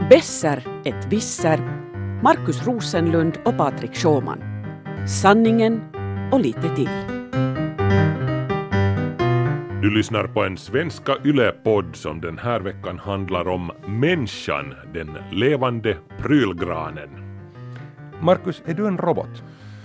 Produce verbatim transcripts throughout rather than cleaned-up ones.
Besser ett visser, Markus Rosenlund och Patrik Schauman. Sanningen och lite till. Du lyssnar på en svenska Yle-podd som den här veckan handlar om människan, den levande prylgranen. Markus, är du en robot?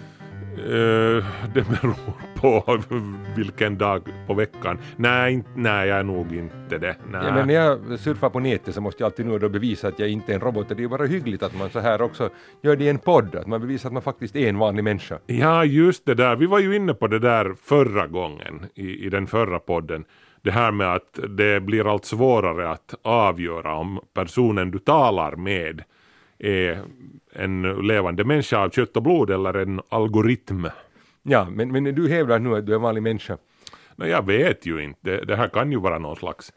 Uh, det beror på vilken dag på veckan. Nej, inte, nej jag är nog inte det. Nej. Ja, men när jag surfar på nätet så måste jag alltid nu då bevisa att jag inte är en robot. Det är ju bara hyggligt att man så här också gör det i en podd. Att man bevisar att man faktiskt är en vanlig människa. Ja, just det där. Vi var ju inne på det där förra gången i, i den förra podden. Det här med att det blir allt svårare att avgöra om personen du talar med är en levande människa av kött och blod eller en algoritm. Ja, men, men du hävdar nu att du är en vanlig människa. No, jag vet ju inte. Det, det här kan ju vara någon slags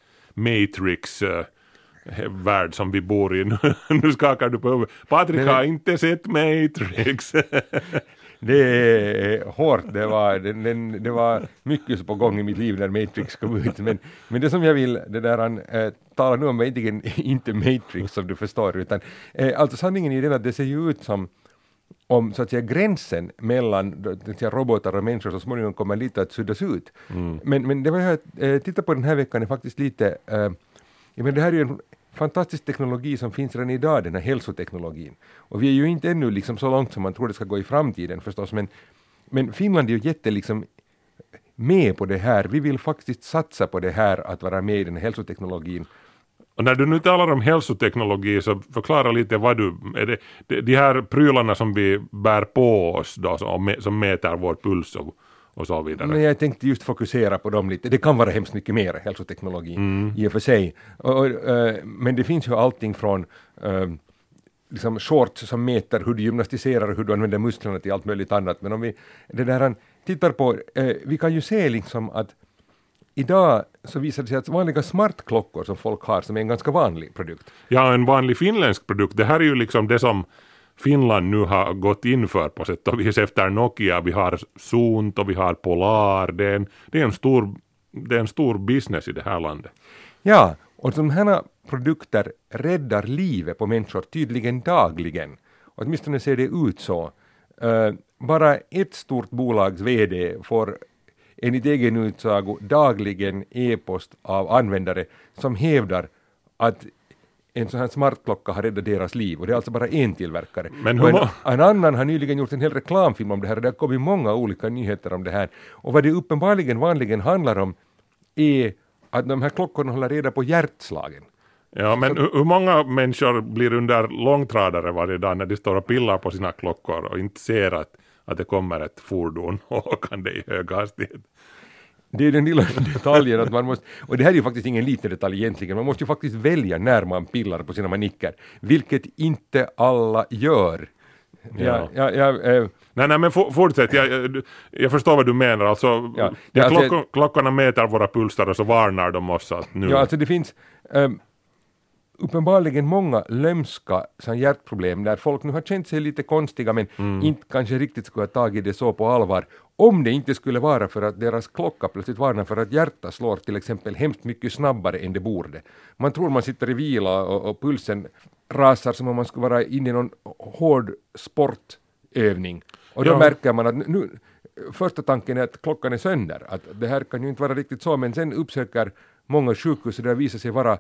Matrix-värld uh, som vi bor i. Nu skakar du på huvudet. Patrik men, har inte sett Matrix. Det är hårt. Det var, det, det, det var mycket på gång i mitt liv när Matrix kom ut. Men, men det som jag vill, det där han äh, talar nu om är inte, inte Matrix som du förstår. Utan, äh, alltså sanningen är den att det ser ju ut som om så att säga gränsen mellan säga, robotar och människor så småningom kommer lite att suddas ut. Mm. Men, men det var jag äh, tittar på den här veckan är faktiskt lite, äh, jag menar, det här är ju en fantastisk teknologi som finns redan idag, den här hälsoteknologin. Och vi är ju inte ännu liksom så långt som man tror det ska gå i framtiden förstås, men, men Finland är ju jätte liksom med på det här. Vi vill faktiskt satsa på det här att vara med i den här hälsoteknologin. Och när du nu talar om hälsoteknologi så förklara lite vad du, är det, de, de här prylarna som vi bär på oss då, som, som mäter vår puls och, och så vidare. Men jag tänkte just fokusera på dem lite. Det kan vara hemskt mycket mer hälsoteknologi mm. i och för sig. Och, och, uh, men det finns ju allting från uh, liksom shorts som mäter hur du gymnastiserar och hur du använder musklerna till allt möjligt annat. Men om vi det där tittar på, uh, vi kan ju se liksom att idag så visar det sig att vanliga smartklockor som folk har, som är en ganska vanlig produkt. Ja, en vanlig finländsk produkt. Det här är ju liksom det som Finland nu har gått in för på sätt och vis efter Nokia. Vi har Sunt och vi har Polar. Det är en, det är en, stor, det är en stor business i det här landet. Ja, och de här produkter räddar livet på människor tydligen dagligen. Åtminstone ser det ut så. Uh, bara ett stort bolags vd får enligt egen utsago dagligen e-post av användare som hävdar att en sån här smartklocka har räddat deras liv, och det är alltså bara en tillverkare. Men och en, må- en annan har nyligen gjort en hel reklamfilm om det här, och det har kommit många olika nyheter om det här. Och vad det uppenbarligen vanligen handlar om är att de här klockorna håller reda på hjärtslagen. Ja, men hur, hur många människor blir under långtradare varje dag när de står och pillar på sina klockor och inte ser att, att det kommer ett fordon och kan det i hög hastighet? Det är den lilla detaljen att man måste, och det här är ju faktiskt ingen liten detalj egentligen, man måste ju faktiskt välja när man pillar på sina manicker, vilket inte alla gör. Ja. Ja, ja, äh, nej, nej, men fortsätt, jag, jag förstår vad du menar, alltså, ja, ja, alltså klock, klockorna mäter våra pulser och så varnar de oss att nu... Ja, alltså det finns ähm, uppenbarligen många lömska hjärtproblem där folk nu har känt sig lite konstiga men mm. inte kanske riktigt skulle ha tagit det så på allvar, om det inte skulle vara för att deras klocka plötsligt varnar för att hjärta slår till exempel hemskt mycket snabbare än det borde. Man tror man sitter i vila och, och pulsen rasar som om man skulle vara inne i någon hård sportövning. Och då ja. märker man att nu, första tanken är att klockan är sönder. Att det här kan ju inte vara riktigt så, men sen uppsöker många sjukhus och det visar sig vara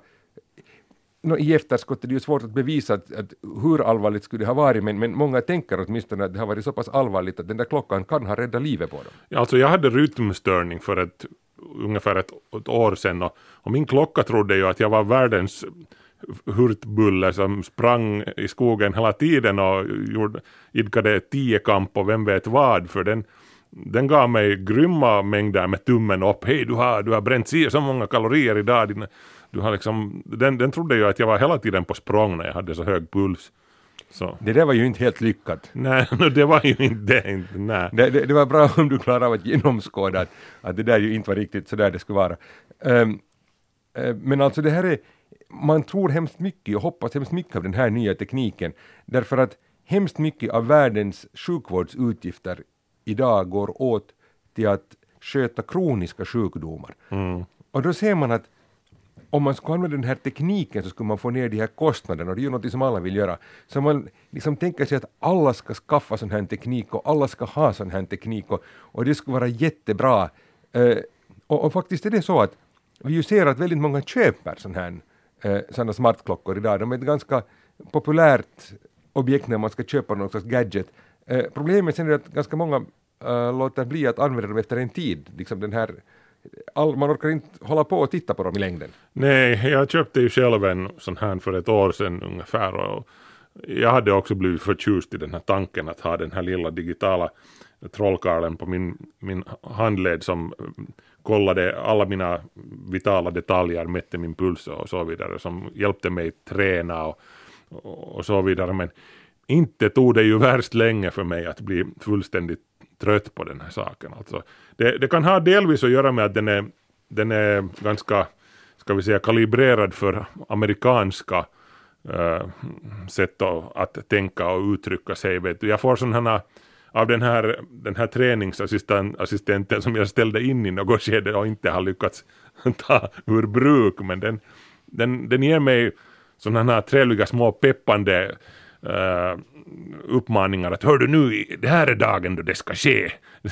no, i efterskott är det ju svårt att bevisa att, att hur allvarligt skulle det ha varit, men, men många tänker åtminstone att det har varit så pass allvarligt att den där klockan kan ha räddat livet på dem. Ja, alltså jag hade rytmstörning för ett, ungefär ett, ett år sedan och, och min klocka trodde ju att jag var världens hurtbulle som sprang i skogen hela tiden och gjorde, idkade tio kamp och vem vet vad, för den, den gav mig grymma mängder med tummen upp. Hej, du har, du har bränt så många kalorier idag. Din, du har liksom, den, den trodde ju att jag var hela tiden på språng när jag hade så hög puls. Så. Det där var ju inte helt lyckat. Nej, det var ju inte det. Nej. Det, det, det var bra om du klarade av att genomskåda att, att det där ju inte var riktigt så där det skulle vara. Um, uh, men alltså det här är, man tror hemskt mycket och hoppas hemskt mycket av den här nya tekniken, därför att hemskt mycket av världens sjukvårdsutgifter idag går åt till att sköta kroniska sjukdomar. Mm. Och då ser man att om man skulle använda den här tekniken så skulle man få ner de här kostnaderna, och det är ju något som alla vill göra. Så man liksom tänker sig att alla ska skaffa sån här teknik och alla ska ha sån här teknik och, och det skulle vara jättebra. Uh, och, och faktiskt är det så att vi ju ser att väldigt många köper sån här, uh, såna smartklockor idag. De är ett ganska populärt objekt när man ska köpa någon slags gadget. Uh, problemet är att ganska många uh, låter bli att använda dem efter en tid. Liksom den här All, man orkar inte hålla på och titta på dem i längden. Nej, jag köpte ju själv en sån här för ett år sedan ungefär, och jag hade också blivit förtjust i den här tanken att ha den här lilla digitala trollkarlen på min, min handled som kollade alla mina vitala detaljer, mätte min puls och så vidare, som hjälpte mig träna och, och så vidare, men inte tog det ju värst länge för mig att bli fullständigt trött på den här saken. Alltså, det, det kan ha delvis att göra med att den är, den är ganska, ska vi säga, kalibrerad för amerikanska äh, sätt att tänka och uttrycka sig. Vet du. Jag får sådana av den här, den här träningsassistenten som jag ställde in i något skede och inte har lyckats ta ur bruk, men den, den, den ger mig sådana här trevliga små peppande Uh, uppmaningar att hör du nu, det här är dagen då det ska ske.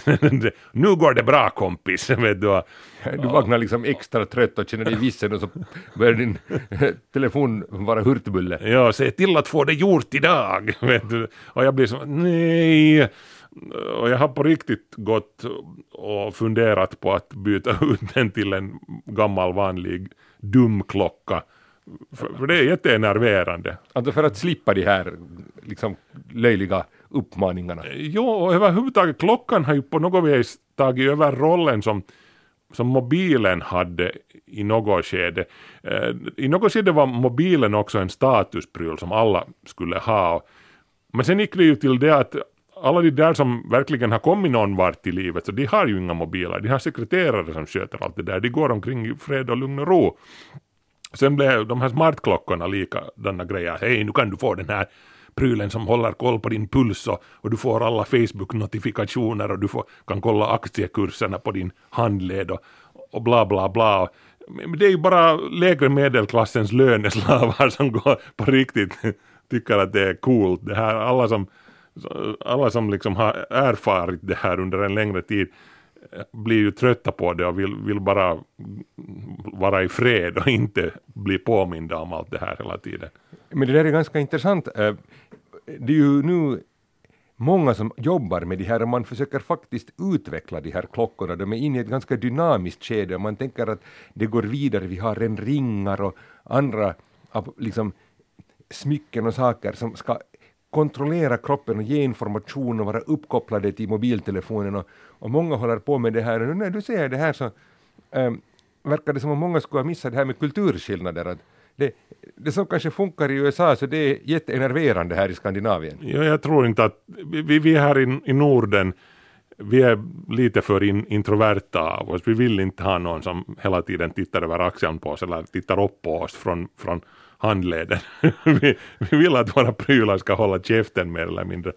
Nu går det bra, kompis. Vet du, du vaknar liksom extra trött och känner dig vissen och så börjar din telefon vara hurtbulle. Ja, se till att få det gjort idag. Vet du. Och jag blir så, nej. Och jag har på riktigt gått och funderat på att byta ut den till en gammal vanlig dum klocka. För, för det är jätteenerverande. Alltså för att slippa de här liksom löjliga uppmaningarna. Jo, och överhuvudtaget klockan har ju på något vis tagit över rollen som, som mobilen hade i något skede. Eh, I något skede var mobilen också en statuspryl som alla skulle ha. Men sen gick det ju till det att alla de där som verkligen har kommit någon vart i livet, så de har ju inga mobiler. De har sekreterare som sköter allt det där. De går omkring i fred och lugn och ro. Sen blev de här smartklockorna lika denna grejer. Hej, nu kan du få den här prylen som håller koll på din puls och, och du får alla Facebook-notifikationer och du får, kan kolla aktiekurserna på din handled och, och bla bla bla. Men det är ju bara lägre medelklassens löneslavar som går på riktigt tycker att det är coolt. Det här, alla som, alla som liksom har erfarit det här under en längre tid blir ju trötta på det och vill, vill bara vara i fred och inte bli påminda om allt det här hela tiden. Men det där är ganska intressant. Det är ju nu många som jobbar med det här och man försöker faktiskt utveckla de här klockorna. De är inne i ett ganska dynamiskt skede. Man tänker att det går vidare. Vi har en ringar och andra liksom, smycken och saker som ska kontrollera kroppen och ge information och vara uppkopplade till mobiltelefonen och, och många håller på med det här och när du säger det här så ähm, verkar det som om många skulle ha missat det här med kulturskillnader att det, det som kanske funkar i U S A så det är jätteenerverande här i Skandinavien. Ja, jag tror inte att vi, vi här i, i Norden vi är lite för in, introverta av oss. Vi vill inte ha någon som hela tiden tittar över axeln på oss eller tittar upp på oss från, från handleden. vi, vi vill att våra prylar ska hålla käften mer eller mindre.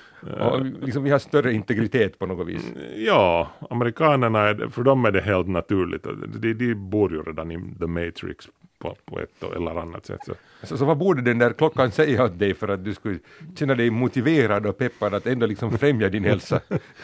Och liksom vi har större integritet på något vis. Ja, amerikanerna, för dem är det helt naturligt. De, de bor ju redan i The Matrix på, på ett eller annat sätt. Så. Så, så vad borde den där klockan säga åt dig för att du skulle känna dig motiverad och peppad att ändå liksom främja din hälsa?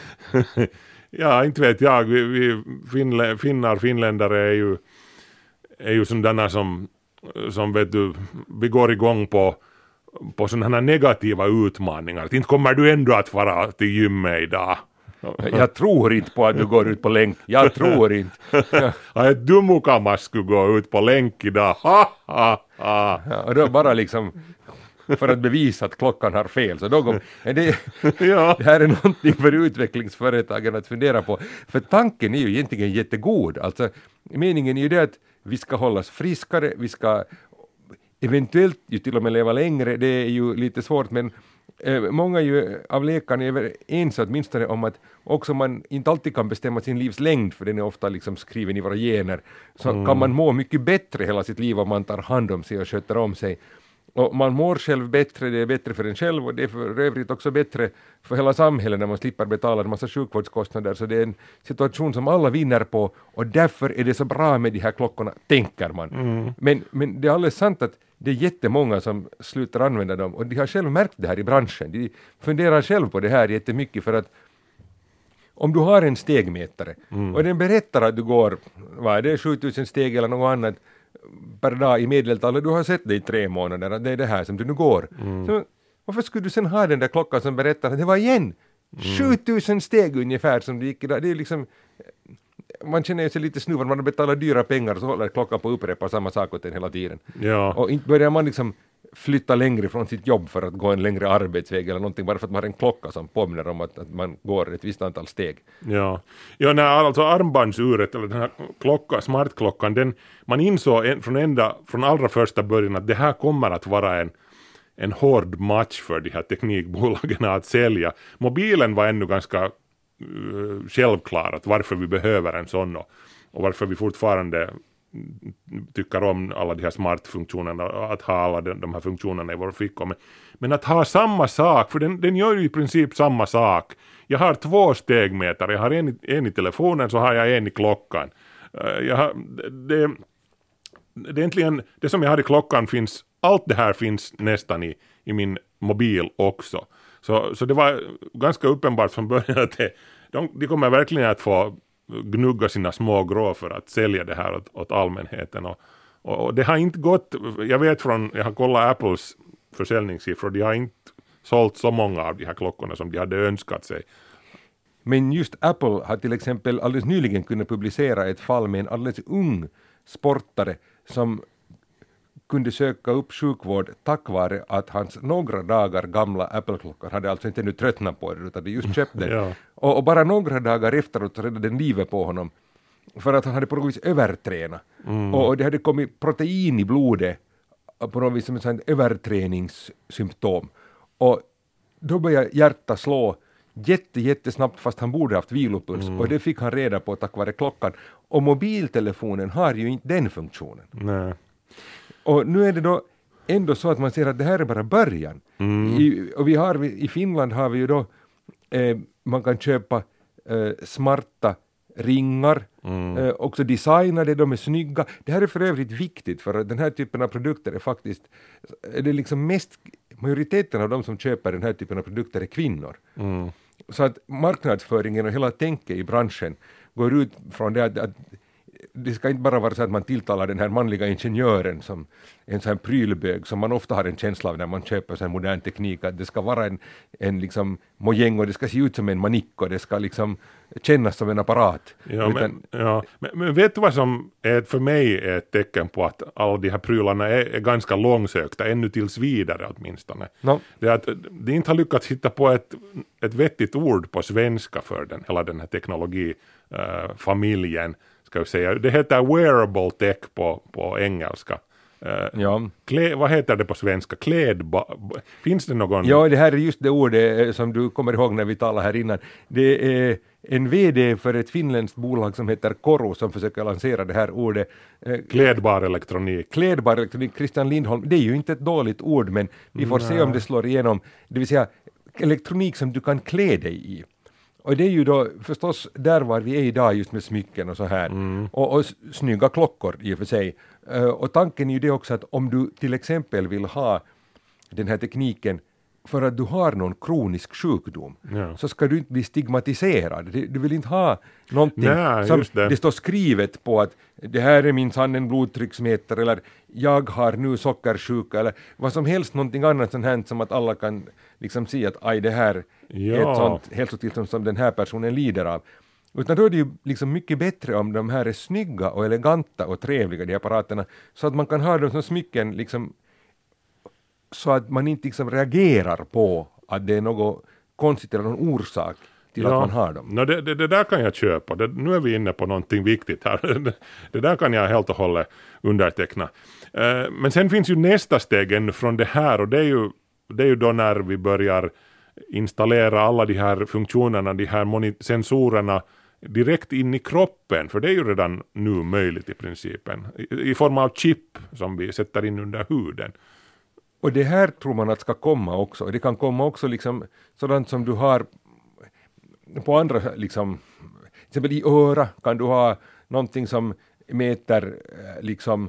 Ja, inte vet jag. Vi, vi finlä, finnar, finländare är ju, är ju sådana som som vet du, vi går igång på, på sådana här negativa utmaningar. Att inte kommer du ändå att vara till gymmet idag. Jag tror inte på att du går ut på länk. Jag tror inte. Ja, ett dumukamas skulle gå ut på länk idag. Ha, ha, ha. Ja, och då bara liksom för att bevisa att klockan har fel. Så då går, det, ja. det här är någonting för utvecklingsföretagen att fundera på. För tanken är ju egentligen jättegod. Alltså, meningen är ju det att vi ska hållas friskare, vi ska eventuellt ju till och med leva längre, det är ju lite svårt, men eh, många ju av läkarna är ens åtminstone om att också man inte alltid kan bestämma sin livs längd, för den är ofta liksom skriven i våra gener, så mm. kan man må mycket bättre hela sitt liv om man tar hand om sig och sköter om sig. Och man mår själv bättre, det är bättre för en själv och det är för övrigt också bättre för hela samhället när man slipper betala en massa sjukvårdskostnader. Så det är en situation som alla vinner på och därför är det så bra med de här klockorna, tänker man. Mm. Men, men det är alldeles sant att det är jättemånga som slutar använda dem och de har själv märkt det här i branschen. De funderar själv på det här jättemycket för att om du har en stegmätare mm. och den berättar att du går, vad är det, sjutusen steg eller något annat per dag i medeltal och du har sett det i tre månader att det är det här som du nu går. Mm. Så, varför skulle du sen ha den där klockan som berättar att det var igen mm. sjutusen steg ungefär som det gick idag? Det är liksom, man känner sig lite snuvad, man har betalat dyra pengar och så håller klockan på att upprepa samma sak åt den hela tiden. Ja. Och inte börjar man liksom flytta längre från sitt jobb för att gå en längre arbetsväg eller någonting bara för att man har en klocka som påminner om att, att man går ett visst antal steg. Ja, ja när alltså armbandsuret eller den här klockan, smartklockan, den, man insåg en, från, ända, från allra första början att det här kommer att vara en, en hård match för de här teknikbolagen att sälja. Mobilen var ännu ganska uh, självklar att varför vi behöver en sån och, och varför vi fortfarande tycker om alla de här smartfunktionerna, att ha alla de, de här funktionerna i vår ficka. Men, men att ha samma sak, för den, den gör ju i princip samma sak. Jag har två stegmätare, jag har en, en i telefonen så har jag en i klockan. Uh, jag har, det, det är egentligen, det som jag har i klockan finns, allt det här finns nästan i, i min mobil också. Så, så det var ganska uppenbart från början att det, de, de kommer verkligen att få gnugga sina små grå för att sälja det här åt, åt allmänheten och, och, och det har inte gått, jag vet från, jag har kollat Apples försäljningssiffror, de har inte sålt så många av de här klockorna som de hade önskat sig. Men just Apple har till exempel alldeles nyligen kunnat publicera ett fall med en alldeles ung sportare som kunde söka upp sjukvård tack vare att hans några dagar gamla Apple-klockor hade alltså inte nu tröttnat på det utan de just köpt den. Ja. Och, och bara några dagar efteråt räddade den livet på honom för att han hade på något vis övertränat. Mm. Och, och det hade kommit protein i blodet på något vis som ett sånt överträningssymptom. Och då började hjärtat slå jätte, jättesnabbt fast han borde haft vilopuls mm. och det fick han reda på tack vare klockan. Och mobiltelefonen har ju inte den funktionen. Nej. Och nu är det då ändå så att man ser att det här är bara början. Mm. I, och vi har, i Finland har vi ju då, eh, man kan köpa eh, smarta ringar, mm. eh, också designade, de är snygga. Det här är för övrigt viktigt för att den här typen av produkter är faktiskt, är det liksom mest, majoriteten av de som köper den här typen av produkter är kvinnor. Mm. Så att marknadsföringen och hela tänket i branschen går ut från det att, att det ska inte bara vara så att man tilltalar den här manliga ingenjören som en sån här prylbög som man ofta har en känsla av när man köper sån här modern teknik, att det ska vara en, en liksom mojäng och det ska se ut som en manick och det ska liksom kännas som en apparat. Ja, Utan, men, ja. men, men vet du vad som är för mig är ett tecken på att alla de här prylarna är, är ganska långsökta, ännu tills vidare åtminstone. No. Det är att de inte har lyckats hitta på ett, ett vettigt ord på svenska för den, hela den här teknologifamiljen. Uh, Ska vi säga. Det heter wearable tech på, på engelska. Uh, ja. Klä, vad heter det på svenska? Klädba... Finns det någon? Ja, det här är just det ordet som du kommer ihåg när vi talade här innan. Det är en vd för ett finländskt bolag som heter Koro som försöker lansera det här ordet. Klädbar elektronik. Klädbar elektronik, Christian Lindholm. Det är ju inte ett dåligt ord, men vi får Nej. se om det slår igenom. Det vill säga elektronik som du kan klä dig i. Och det är ju då förstås där var vi är idag just med smycken och så här. Mm. Och, och snygga klockor i och för sig. Uh, och tanken är ju det också att om du till exempel vill ha den här tekniken för att du har någon kronisk sjukdom ja. så ska du inte bli stigmatiserad. Du, du vill inte ha någonting Nej, som det. det står skrivet på att det här är minsann en blodtrycksmätare eller jag har nu sockersjuka eller vad som helst någonting annat som hänt som att alla kan liksom se att aj det här ja. är ett sånt hälsotillstånd som den här personen lider av. Utan då är det ju liksom mycket bättre om de här är snygga och eleganta och trevliga de apparaterna så att man kan ha dem som smycken liksom så att man inte liksom reagerar på att det är något konstigt eller någon orsak till ja. att man har dem. No, det, det, det där kan jag köpa. Det, nu är vi inne på någonting viktigt här. Det, det där kan jag helt och hållet underteckna. Uh, men sen finns ju nästa steg ännu från det här och det är ju, det är ju då när vi börjar installera alla de här funktionerna, de här moni- sensorerna direkt in i kroppen, för det är ju redan nu möjligt i principen, i, i form av chip som vi sätter in under huden. Och det här tror man att ska komma också. Det kan komma också liksom sådant som du har på andra, liksom, till exempel i öra kan du ha någonting som mäter liksom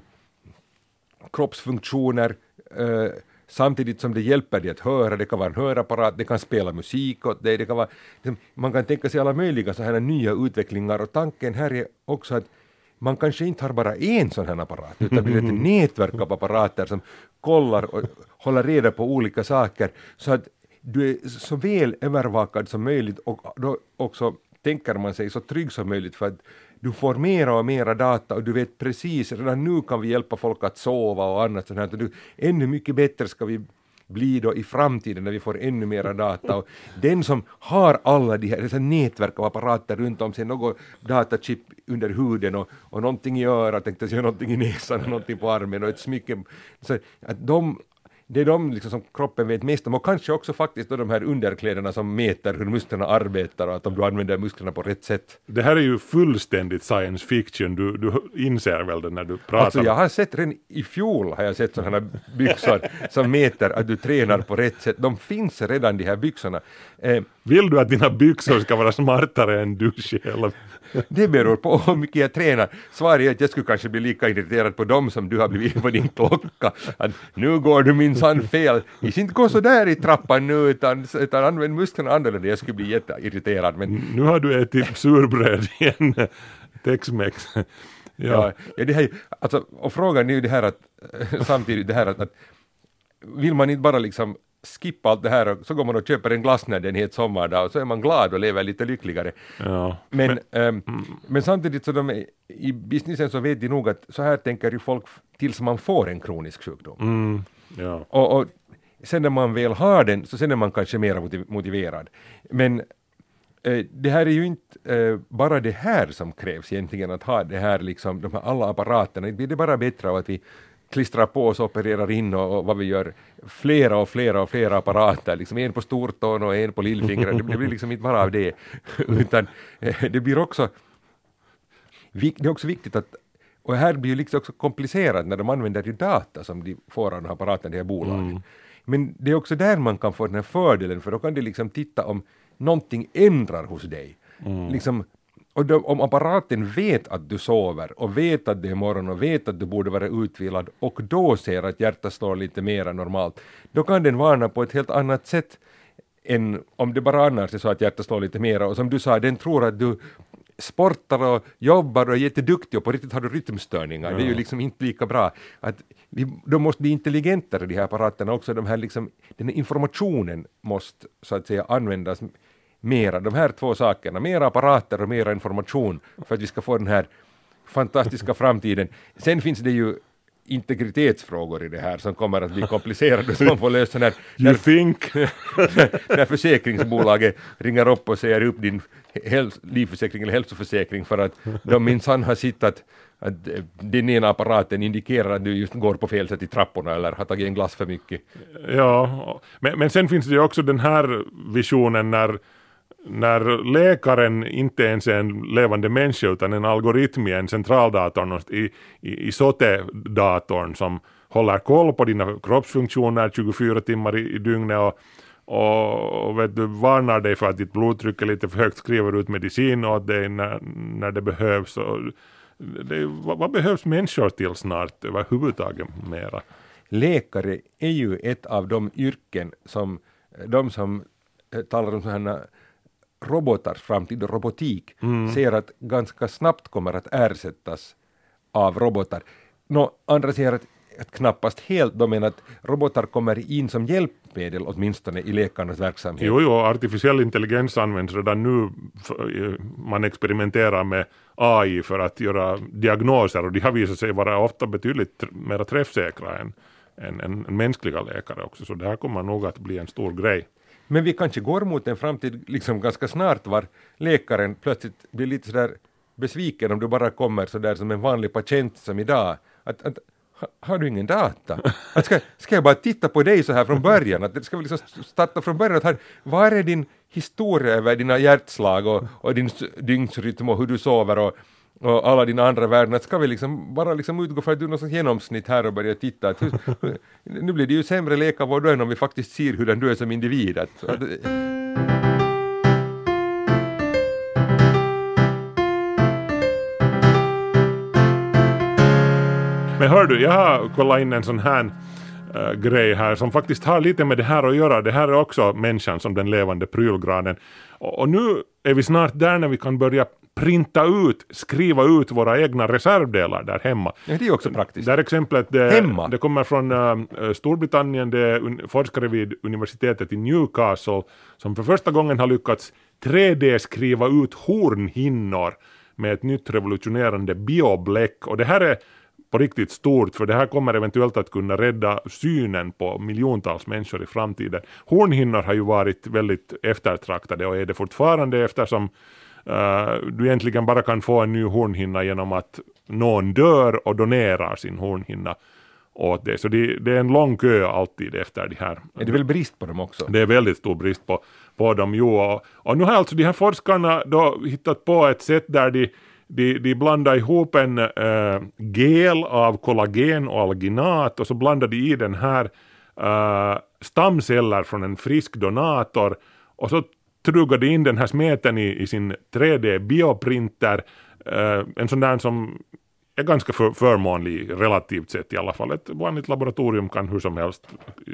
kroppsfunktioner eh, samtidigt som det hjälper dig att höra. Det kan vara en hörapparat, det kan spela musik åt dig, det kan vara, liksom, man kan tänka sig alla möjliga så här nya utvecklingar, och tanken här är också att man kanske inte har bara en sån här apparat, utan det blir ett nätverk av apparater som kollar och håller reda på olika saker, så att du är så väl övervakad som möjligt, och då också tänker man sig så trygg som möjligt, för att du får mera och mera data och du vet precis, redan nu kan vi hjälpa folk att sova och annat sånt här. Du, ännu mycket bättre ska vi bli då i framtiden när vi får ännu mera data. Och den som har alla de här, dessa nätverk av apparater runt om sig, något datachip under huden och, och någonting i örat, tänkte säga någonting i näsan och någonting på armen och ett smycke. Så att de, det är de liksom som kroppen vet mest om, och kanske också faktiskt då de här underkläderna som mäter hur musklerna arbetar och att om du använder musklerna på rätt sätt. Det här är ju fullständigt science fiction, du, du inser väl det när du pratar. Alltså jag har sett, redan i fjol har jag sett sådana här byxor som mäter att du tränar på rätt sätt. De finns redan, de här byxorna. Eh, Vill du att dina byxor ska vara smartare än du själv? Det beror på hur mycket jag tränar. Svaret är att jag skulle kanske bli lika irriterad på dem som du har blivit på din klocka. Att nu går du minsann fel. Jag inte gå så där i trappan nu, utan, utan använd musklerna annorlunda. Jag skulle bli jätteirriterad. Men nu har du ätit surbröd igen. Tex-Mex. Ja. Ja, ja, det här, alltså, och frågan är ju det här att samtidigt det här att, att vill man inte bara liksom skippa allt det här och så går man och köper en glass när det är en het sommardag och så är man glad och lever lite lyckligare. Ja. Men, Men, ähm, mm. men samtidigt så de, i businessen så vet de nog att så här tänker ju folk tills man får en kronisk sjukdom. Mm, ja. Och, och sen när man väl har den så sen är man kanske mer motiv- motiverad. Men äh, det här är ju inte äh, bara det här som krävs egentligen, att ha det här liksom, de här alla apparaterna. Det är bara bättre av att vi klistrar på oss, opererar in och, och vad vi gör, flera och flera och flera apparater, liksom en på stortån och en på lillfingret, det blir liksom inte bara av det, utan det blir också det är också viktigt att, och här blir det liksom också komplicerat när de använder ju data som de får av den här apparaten, det här bolaget. Mm. Men det är också där man kan få den här fördelen, för då kan de liksom titta om någonting ändrar hos dig. Mm. Liksom, och då, om apparaten vet att du sover och vet att det är morgon och vet att du borde vara utvilad och då ser att hjärtat slår lite mer normalt, då kan den varna på ett helt annat sätt än om det bara annars är så att hjärtat slår lite mer. Och som du sa, den tror att du sportar och jobbar och är jätteduktig och på riktigt har du rytmstörningar. Ja. Det är ju liksom inte lika bra. Att vi, de måste bli intelligentare, de här apparaterna också. De här liksom, den här informationen måste så att säga användas mera, de här två sakerna, mera apparater och mera information för att vi ska få den här fantastiska framtiden. Sen finns det ju integritetsfrågor i det här som kommer att bli komplicerade som man får lösa när, you think? när försäkringsbolaget ringer upp och säger upp din häls- livförsäkring eller hälsoförsäkring för att de minsann har sett att, att den ena apparaten indikerar att du just går på fel sätt i trapporna eller har tagit en glass för mycket. Ja, men, men sen finns det ju också den här visionen när när läkaren inte ens är en levande människa utan en algoritm i en centraldatorn i, i, i S O T E-datorn som håller koll på dina kroppsfunktioner tjugofyra timmar i, i dygnet och, och, och vet du, varnar dig för att ditt blodtryck är lite för högt, skriver ut medicin åt dig när, när det behövs. Och det, vad, vad behövs människor till snart överhuvudtaget mera? Läkare är ju ett av de yrken som de som talar om sådana robotars framtid och robotik mm. ser att ganska snabbt kommer att ersättas av robotar. Nå, andra säger att, att knappast helt, de menar att robotar kommer in som hjälpmedel åtminstone i läkarnas verksamhet. Jo, jo, artificiell intelligens används redan nu. Man experimenterar med A I för att göra diagnoser och de har visat sig vara ofta betydligt mer träffsäkra än, än, än, än mänskliga läkare också. Så det här kommer nog att bli en stor grej. Men vi kanske går mot en framtid liksom ganska snart var läkaren plötsligt blir lite sådär besviken om du bara kommer sådär som en vanlig patient som idag. Att, att, ha, har du ingen data? Att ska, ska jag bara titta på dig så här från början? Att det ska vi liksom starta från början. Att här, vad är din historia över dina hjärtslag och, och din dygnsrytm och hur du sover och och alla dina andra värden, att ska vi liksom bara liksom utgå för att du är något genomsnitt här och börja titta att hur, nu blir det ju sämre läkarvård än om vi faktiskt ser hur du är som individ. Att, att, Men hör du, jag har kollat in en sån här äh, grej här som faktiskt har lite med det här att göra. Det här är också människan som den levande prylgranen. Och, och nu är vi snart där när vi kan börja printa ut, skriva ut våra egna reservdelar där hemma. Ja, det är också praktiskt. Det här exemplet, det, hemma. det kommer från äh, Storbritannien, det är un, forskare vid universitetet i Newcastle som för första gången har lyckats tre D-skriva ut hornhinnor med ett nytt revolutionerande biobläck. Och det här är på riktigt stort, för det här kommer eventuellt att kunna rädda synen på miljontals människor i framtiden. Hornhinnor har ju varit väldigt eftertraktade och är det fortfarande, eftersom uh, du egentligen bara kan få en ny hornhinna genom att någon dör och donerar sin hornhinna åt det. Så det, det är en lång kö alltid efter det här. Är det väl brist på dem också? Det är väldigt stor brist på, på dem, jo. Och, och nu har alltså de här forskarna då hittat på ett sätt där de De, de blandar ihop en äh, gel av kollagen och alginat och så blandar de i den här äh, stamceller från en frisk donator och så truggar de in den här smeten i, i sin tre D-bioprinter, äh, en sån där som är ganska för, förmånlig relativt sett i alla fall. Ett vanligt laboratorium kan hur som helst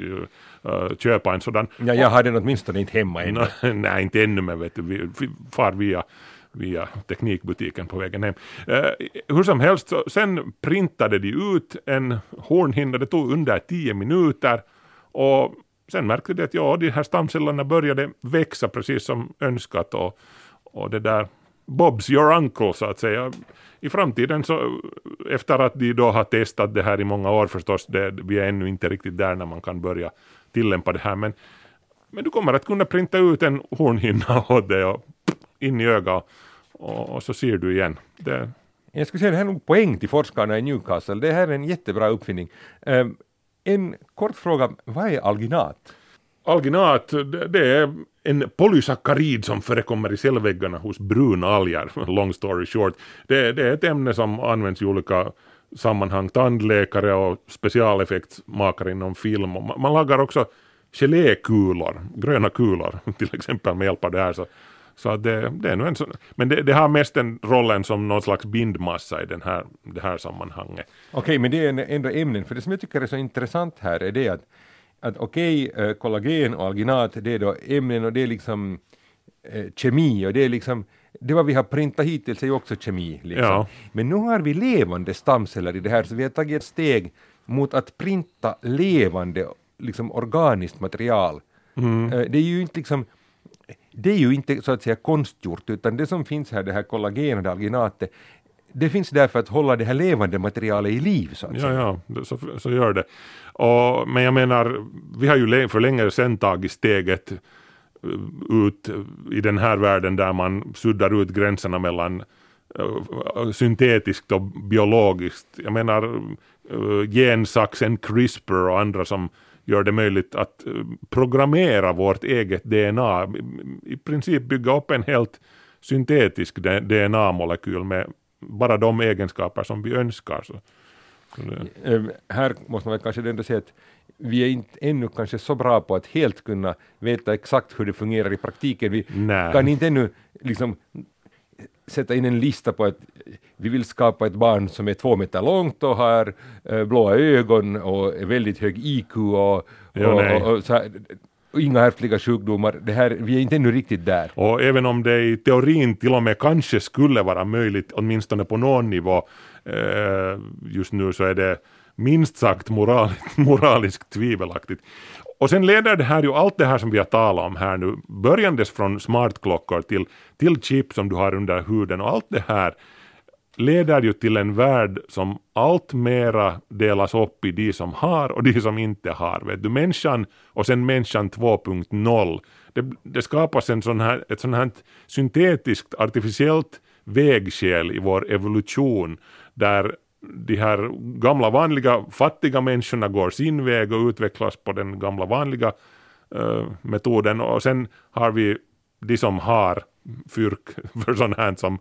äh, köpa en sådan. Ja, jag har den åtminstone inte hemma ännu. Nej, inte ännu, men vet du, vi, vi far via via teknikbutiken på vägen hem. Eh, hur som helst, så, sen printade de ut en hornhinna, det tog under tio minuter och sen märkte de att ja, de här stamcellerna började växa precis som önskat och, och det där Bob's your uncle så att säga. I framtiden så, efter att de då har testat det här i många år förstås, det, vi är ännu inte riktigt där när man kan börja tillämpa det här, men, men du kommer att kunna printa ut en hornhinna åt det och in i ögat och, och så ser du igen. Det... Jag skulle säga det här är nog poäng till forskarna i Newcastle. Det här är en jättebra uppfinning. Um, en kort fråga, vad är alginat? Alginat, det, det är en polysackarid som förekommer i cellväggarna hos brunalger, long story short. Det, det är ett ämne som används i olika sammanhang, tandläkare och specialeffektsmakare inom film. Och man, man lagar också gelékulor, gröna kulor till exempel med hjälp av det här. Så, så det, det är nu en sån, men det, det har mest en rollen som någon slags bindmassa i den här, det här sammanhanget. Okej, okay, men det är ändå ämnen, för det som jag tycker är så intressant här är det att, att okej, okay, kollagen och alginat, det är då ämnen och det är liksom eh, kemi och det är liksom, det vad vi har printat hittills är ju också kemi. Liksom. Ja. Men nu har vi levande stamceller i det här, så vi har tagit ett steg mot att printa levande liksom organiskt material. Mm. Det är ju inte liksom, det är ju inte så att säga konstgjort, utan det som finns här, det här kollagen och det alginatet, det finns därför att hålla det här levande materialet i liv så att ja, säga. Ja, så, så gör det. Och, men jag menar, vi har ju för länge sedan tagit steget ut i den här världen där man suddar ut gränserna mellan uh, syntetiskt och biologiskt. Jag menar uh, gensaxen CRISPR och andra som gör det möjligt att uh, programmera vårt eget D N A. I, i princip bygga upp en helt syntetisk D N A-molekyl med bara de egenskaper som vi önskar. Så. Så det. Uh, här måste man kanske ändå säga att vi är inte ännu kanske så bra på att helt kunna veta exakt hur det fungerar i praktiken. Vi Nej. kan inte ännu liksom sätta in en lista på att vi vill skapa ett barn som är två meter långt och har äh, blåa ögon och är väldigt hög I Q och, och, ja, och, och, så här, och inga ärftliga sjukdomar. Det här, vi är inte ännu riktigt där. Och även om det i teorin till och med kanske skulle vara möjligt, åtminstone på någon nivå, eh, just nu så är det minst sagt moraligt, moraliskt tvivelaktigt. Och sen leder det här ju allt det här som vi har talat om här nu, börjandes från smartklockor till, till chip som du har under huden, och allt det här leder ju till en värld som allt mera delas upp i de som har och de som inte har. Vet du, människan och sen människan två punkt noll. Det, det skapas en sån här, ett sån här syntetiskt, artificiellt vägskäl i vår evolution där de här gamla vanliga fattiga människorna går sin väg och utvecklas på den gamla vanliga uh, metoden, och sen har vi de som har fyrk för sån här som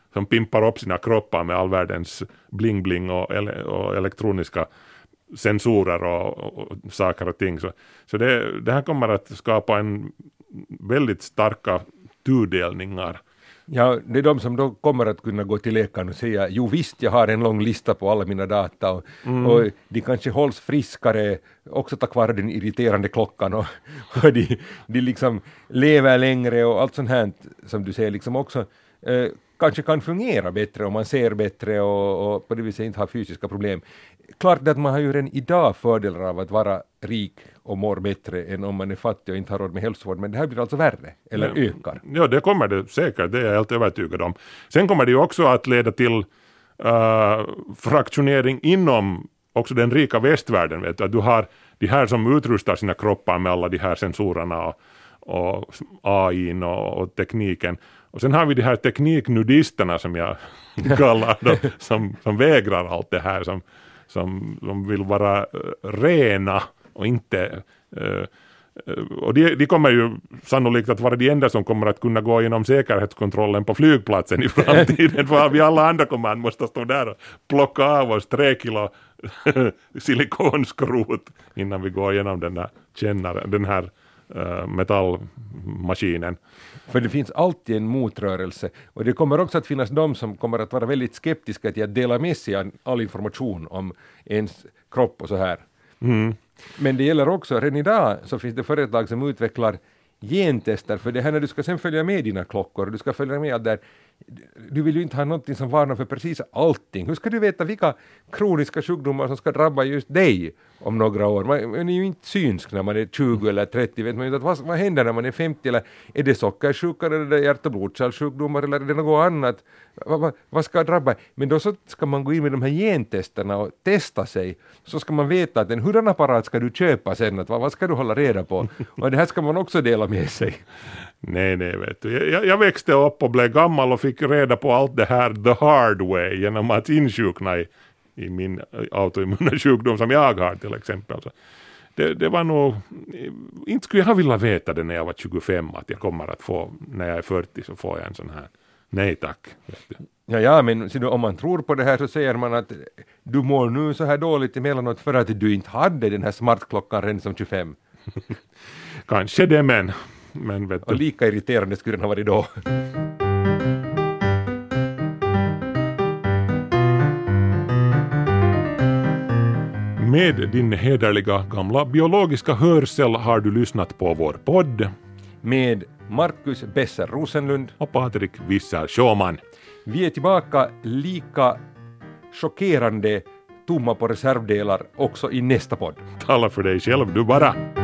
som pimpar upp sina kroppar med all världens bling-bling och, ele- och elektroniska sensorer och, och, och saker och ting. Så, så det, det här kommer att skapa en väldigt starka tudelningar. Ja, det är de som då kommer att kunna gå till läkaren och säga jo visst, jag har en lång lista på alla mina data och, mm. och de kanske hålls friskare också tack vare den irriterande klockan och, och de, de liksom lever längre och allt sånt här som du säger liksom också eh, kanske kan fungera bättre och man ser bättre och, och på det viset inte har fysiska problem. Klart att man har ju redan idag fördelar av att vara rik och mår bättre än om man är fattig och inte har råd med hälsovård, men det här blir alltså värre, eller ja, ökar. Ja, det kommer det säkert, det är jag helt övertygad om. Sen kommer det ju också att leda till uh, fraktionering inom också den rika västvärlden, vet du, att du har de här som utrustar sina kroppar med alla de här sensorerna och, och A I och, och tekniken. Och sen har vi de här tekniknudisterna som jag kallar dem, som, som vägrar allt det här, som, som, som vill vara uh, rena och inte... Uh, och de, de kommer ju sannolikt att vara de enda som kommer att kunna gå igenom säkerhetskontrollen på flygplatsen i framtiden, för vi alla andra kommer att måste stå där och plocka av oss tre kilo silikonskrot innan vi går igenom den här kännaren, den här uh, metallmaskinen. För det finns alltid en motrörelse och det kommer också att finnas de som kommer att vara väldigt skeptiska till att dela med sig av all information om ens kropp och så här. Mm. Men det gäller också, redan idag så finns det företag som utvecklar gentester för det här när du ska sen följa med dina klockor och du ska följa med där. Du vill ju inte ha någonting som varnar för precis allting. Hur ska du veta vilka kroniska sjukdomar som ska drabba just dig om några år? Man, man är ju inte synsk när man är tjugo eller trettio. Vet man inte vad, vad händer när man är femtio? Eller är det sockersjuka eller är det hjärt- och blodkärlsjukdomar eller är det något annat? Vad, vad, vad ska drabba? Men då så ska man gå in med de här gentesterna och testa sig. Så ska man veta att en hurdan apparat ska du köpa sen? Att vad, vad ska du hålla reda på? Och det här ska man också dela med sig. Nej, nej, vet du. Jag, jag växte upp och blev gammal och fick reda på allt det här the hard way genom att insjukna i, i min autoimmuna sjukdom som jag har till exempel. Så det, det var nog, inte skulle jag vilja veta det när jag var tjugofem att jag kommer att få, när jag är fyrtio så får jag en sån här. Nej tack. Vet du. Ja, ja, men så om man tror på det här så säger man att du mår nu så här dåligt emellanåt för att du inte hade den här smartklockan redan som tjugofem. Kanske det, men... men vet du. Och lika irriterande skulle den ha varit då. Med din hederliga gamla biologiska hörsel har du lyssnat på vår podd. Med Markus Besser Rosenlund och Patrik Visser Sjöman. Vi är tillbaka lika chockerande tomma på reservdelar också i nästa podd. Tala för dig själv du bara.